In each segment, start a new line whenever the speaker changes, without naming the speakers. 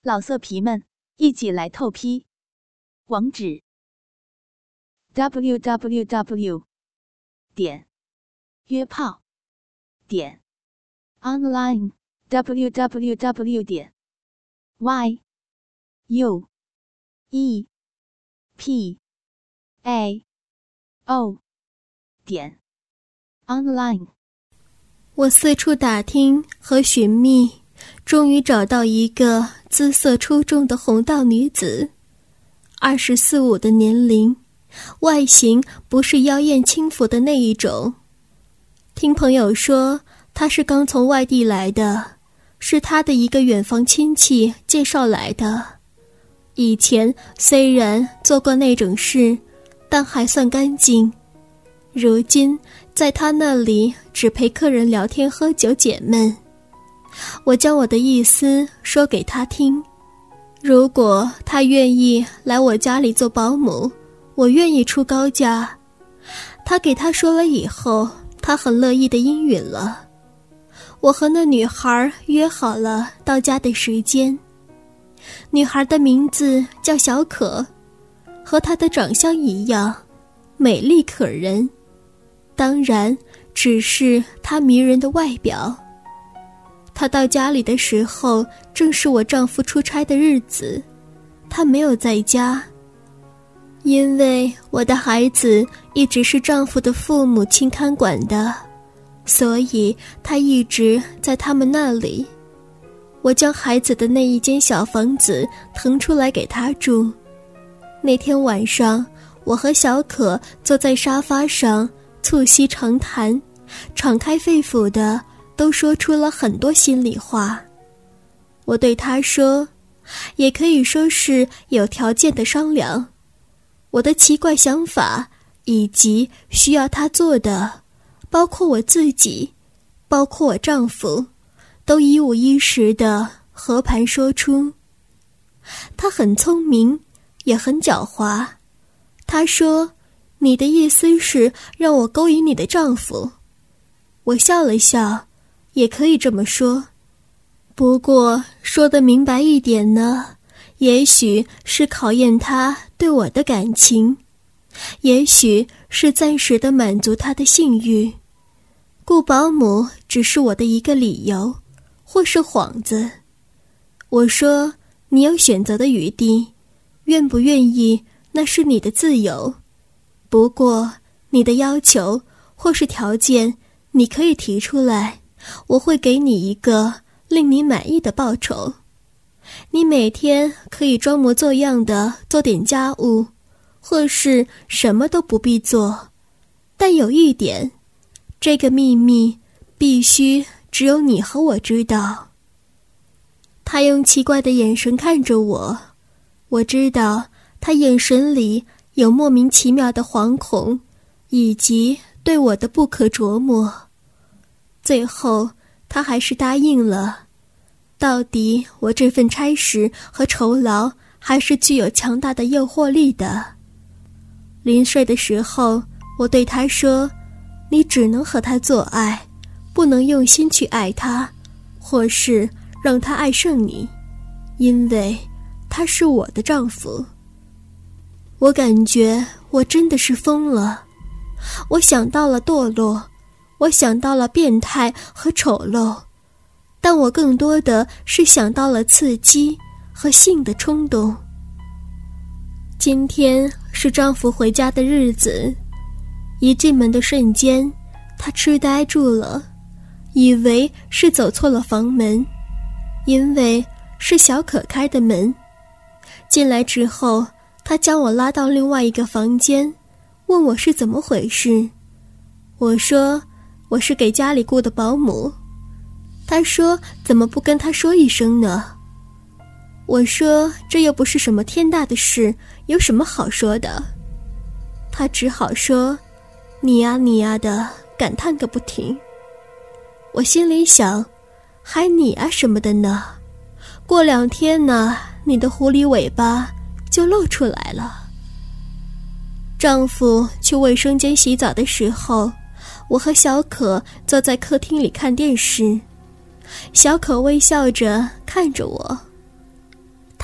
老色皮们，一起来透批！网址 www.约炮online www.yuepao.online。
我四处打听和寻觅，终于找到一个姿色出众的红道女子，24、25的年龄，外形不是妖艳轻浮的那一种。听朋友说，她是刚从外地来的，是她的一个远房亲戚介绍来的。以前虽然做过那种事，但还算干净。如今在她那里只陪客人聊天喝酒解闷。我将我的意思说给她听，如果她愿意来我家里做保姆，我愿意出高价。她给她说了以后，她很乐意地应允了。我和那女孩约好了到家的时间。女孩的名字叫小可，和她的长相一样，美丽可人。当然，只是她迷人的外表。她到家里的时候，正是我丈夫出差的日子，她没有在家。因为我的孩子一直是丈夫的父母亲看管的，所以她一直在他们那里。我将孩子的那一间小房子腾出来给她住。那天晚上，我和小可坐在沙发上促膝长谈，敞开肺腑的都说出了很多心里话。我对她说，也可以说是有条件的商量。我的奇怪想法以及需要她做的，包括我自己，包括我丈夫，都一五一十地和盘说出。她很聪明，也很狡猾。她说，你的意思是让我勾引你的丈夫？我笑了笑，也可以这么说。不过说得明白一点呢，也许是考验他对我的感情，也许是暂时的满足他的性欲。雇保姆只是我的一个理由，或是幌子。我说，你有选择的余地，愿不愿意那是你的自由。不过你的要求或是条件你可以提出来，我会给你一个令你满意的报酬。你每天可以装模作样的做点家务，或是什么都不必做。但有一点，这个秘密必须只有你和我知道。他用奇怪的眼神看着我，我知道他眼神里有莫名其妙的惶恐，以及对我的不可琢磨。最后他还是答应了。到底我这份差事和酬劳还是具有强大的诱惑力的。临睡的时候，我对他说，你只能和他做爱，不能用心去爱他，或是让他爱上你，因为他是我的丈夫。我感觉我真的是疯了。我想到了堕落，我想到了变态和丑陋，但我更多的是想到了刺激和性的冲动。今天是丈夫回家的日子，一进门的瞬间，他痴呆住了，以为是走错了房门，因为是小可开的门。进来之后，他将我拉到另外一个房间，问我是怎么回事。我说，我是给家里雇的保姆。他说，怎么不跟他说一声呢？我说，这又不是什么天大的事，有什么好说的？他只好说，你呀你呀的感叹个不停。我心里想，还你啊什么的呢？过2天呢，你的狐狸尾巴就露出来了。丈夫去卫生间洗澡的时候，我和小可坐在客厅里看电视。小可微笑着看着我。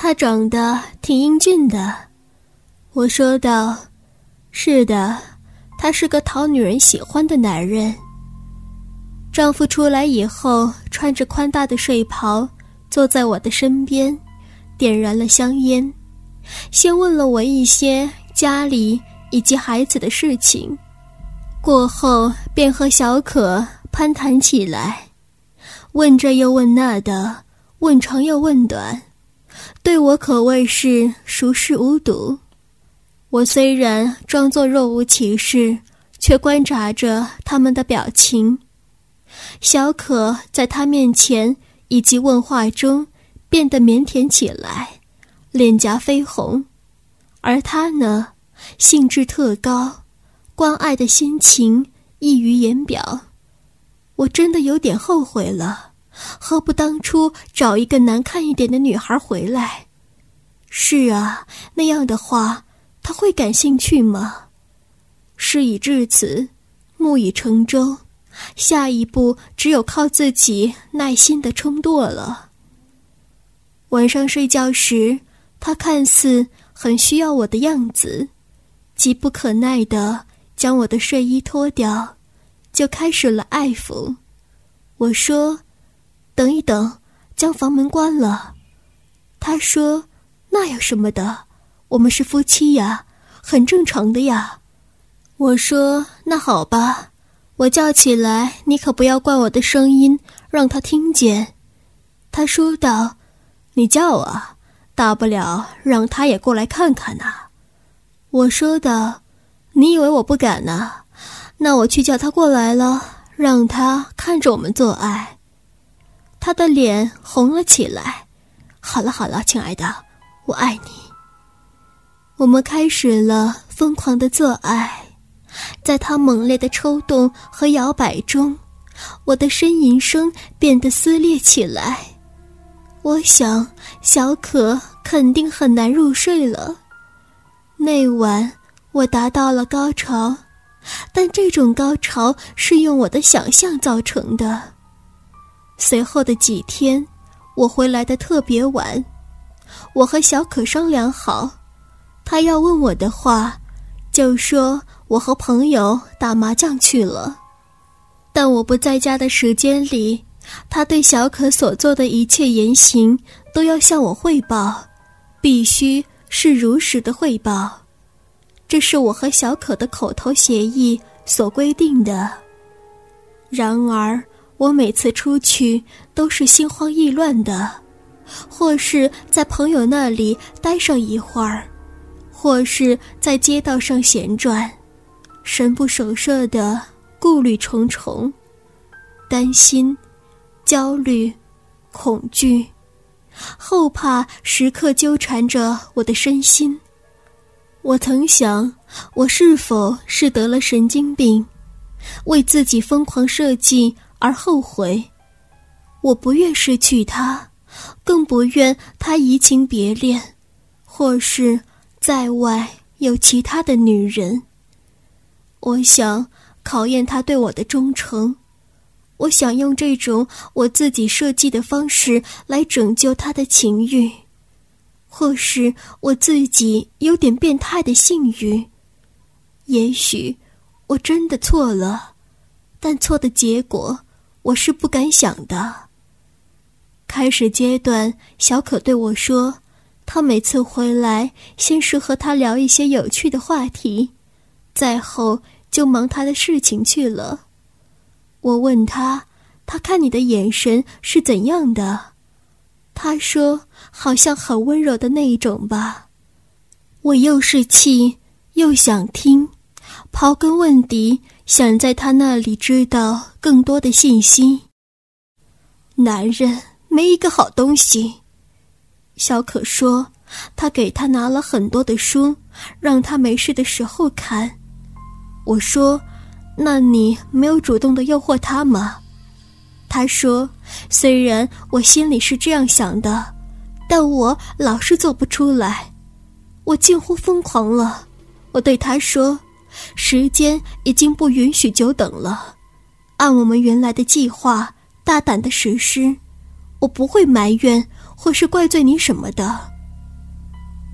她长得挺英俊的。我说道：是的，他是个讨女人喜欢的男人。丈夫出来以后，穿着宽大的睡袍，坐在我的身边，点燃了香烟，先问了我一些家里以及孩子的事情，过后便和小可攀谈起来，问这又问那的，问长又问短，对我可谓是熟视无睹。我虽然装作若无其事，却观察着他们的表情。小可在他面前以及问话中变得腼腆起来，脸颊绯红，而他呢，兴致特高，关爱的心情溢于言表。我真的有点后悔了，何不当初找一个难看一点的女孩回来？是啊，那样的话他会感兴趣吗？事已至此，木已成舟，下一步只有靠自己耐心地撑舵了。晚上睡觉时，他看似很需要我的样子，急不可耐地将我的睡衣脱掉，就开始了爱抚。我说：等一等，将房门关了。他说：那有什么的，我们是夫妻呀，很正常的呀。我说：那好吧，我叫起来，你可不要怪我的声音，让他听见。他说道：你叫啊，大不了让他也过来看看啊。我说道：你以为我不敢啊？那我去叫他过来了，让他看着我们做爱。他的脸红了起来。好了好了，亲爱的，我爱你。我们开始了疯狂的做爱，在他猛烈的抽动和摇摆中，我的呻吟声变得撕裂起来。我想小可肯定很难入睡了。那晚我达到了高潮，但这种高潮是用我的想象造成的。随后的几天，我回来的特别晚。我和小可商量好，他要问我的话，就说我和朋友打麻将去了。但我不在家的时间里，他对小可所做的一切言行都要向我汇报，必须是如实的汇报。这是我和小可的口头协议所规定的。然而我每次出去都是心慌意乱的，或是在朋友那里待上一会儿，或是在街道上闲转，神不守舍的顾虑重重，担心、焦虑、恐惧，后怕时刻纠缠着我的身心。我曾想，我是否是得了神经病，为自己疯狂设计而后悔。我不愿失去他，更不愿他移情别恋，或是在外有其他的女人。我想考验他对我的忠诚，我想用这种我自己设计的方式来拯救他的情欲，或是我自己有点变态的性欲。也许我真的错了，但错的结果我是不敢想的。开始阶段，小可对我说，他每次回来先是和他聊一些有趣的话题，再后就忙他的事情去了。我问他看你的眼神是怎样的？他说好像很温柔的那一种吧。我又是气又想听，刨根问底，想在他那里知道更多的信息。男人没一个好东西。小可说他给他拿了很多的书，让他没事的时候看。我说那你没有主动地诱惑他吗？他说虽然我心里是这样想的，但我老是做不出来。我近乎疯狂了。我对他说，时间已经不允许久等了，按我们原来的计划大胆地实施，我不会埋怨或是怪罪你什么的。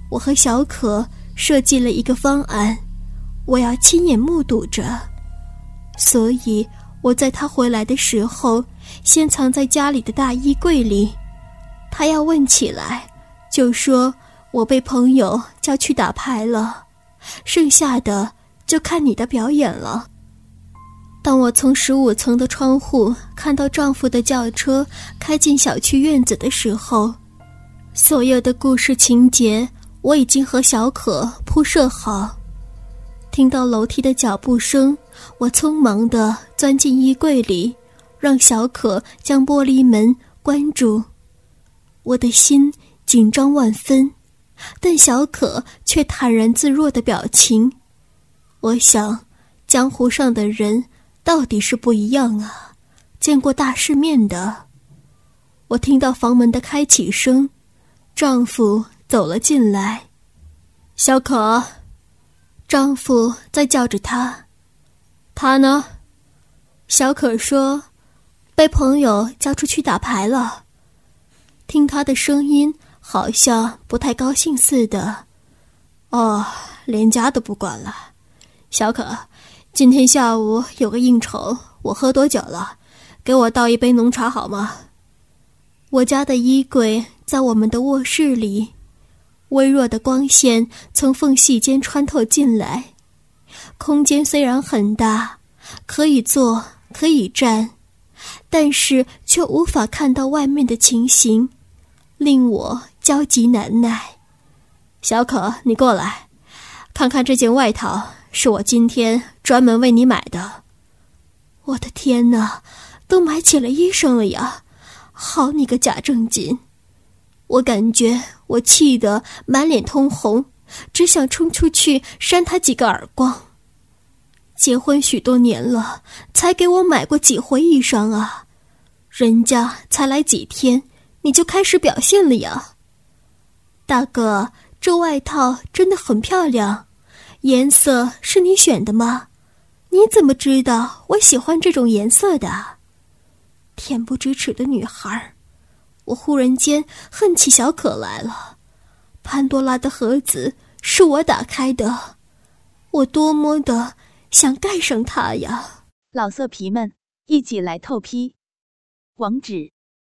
我和小可设计了一个方案，我要亲眼目睹着。所以我在他回来的时候，先藏在家里的大衣柜里。他要问起来，就说我被朋友叫去打牌了，剩下的就看你的表演了。当我从15层的窗户看到丈夫的轿车开进小区院子的时候，所有的故事情节我已经和小可铺设好。听到楼梯的脚步声，我匆忙地钻进衣柜里，让小可将玻璃门关住。我的心紧张万分，但小可却坦然自若的表情。我想，江湖上的人到底是不一样啊，见过大世面的。我听到房门的开启声，丈夫走了进来。小可，丈夫在叫着她。她呢？小可说，被朋友叫出去打牌了。听她的声音好像不太高兴似的。哦，连家都不管了。小可，今天下午有个应酬，我喝多酒了，给我倒一杯浓茶好吗？我家的衣柜在我们的卧室里，微弱的光线从缝隙间穿透进来。空间虽然很大，可以坐，可以站，但是却无法看到外面的情形，令我焦急难耐。小可，你过来，看看这件外套，是我今天专门为你买的。我的天哪，都买起了衣裳了呀！好你个假正经！我感觉我气得满脸通红，只想冲出去扇他几个耳光。结婚许多年了，才给我买过几回衣裳啊！人家才来几天，你就开始表现了呀？大哥，这外套真的很漂亮，颜色是你选的吗？你怎么知道我喜欢这种颜色的？恬不知耻的女孩！我忽然间恨起小可来了。潘多拉的盒子是我打开的，我多么的想盖上它呀！
老色皮们，一起来透批！网址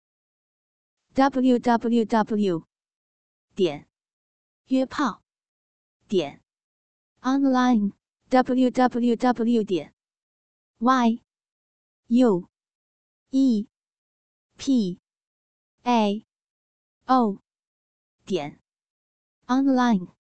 www.约炮.online www.yuepao.online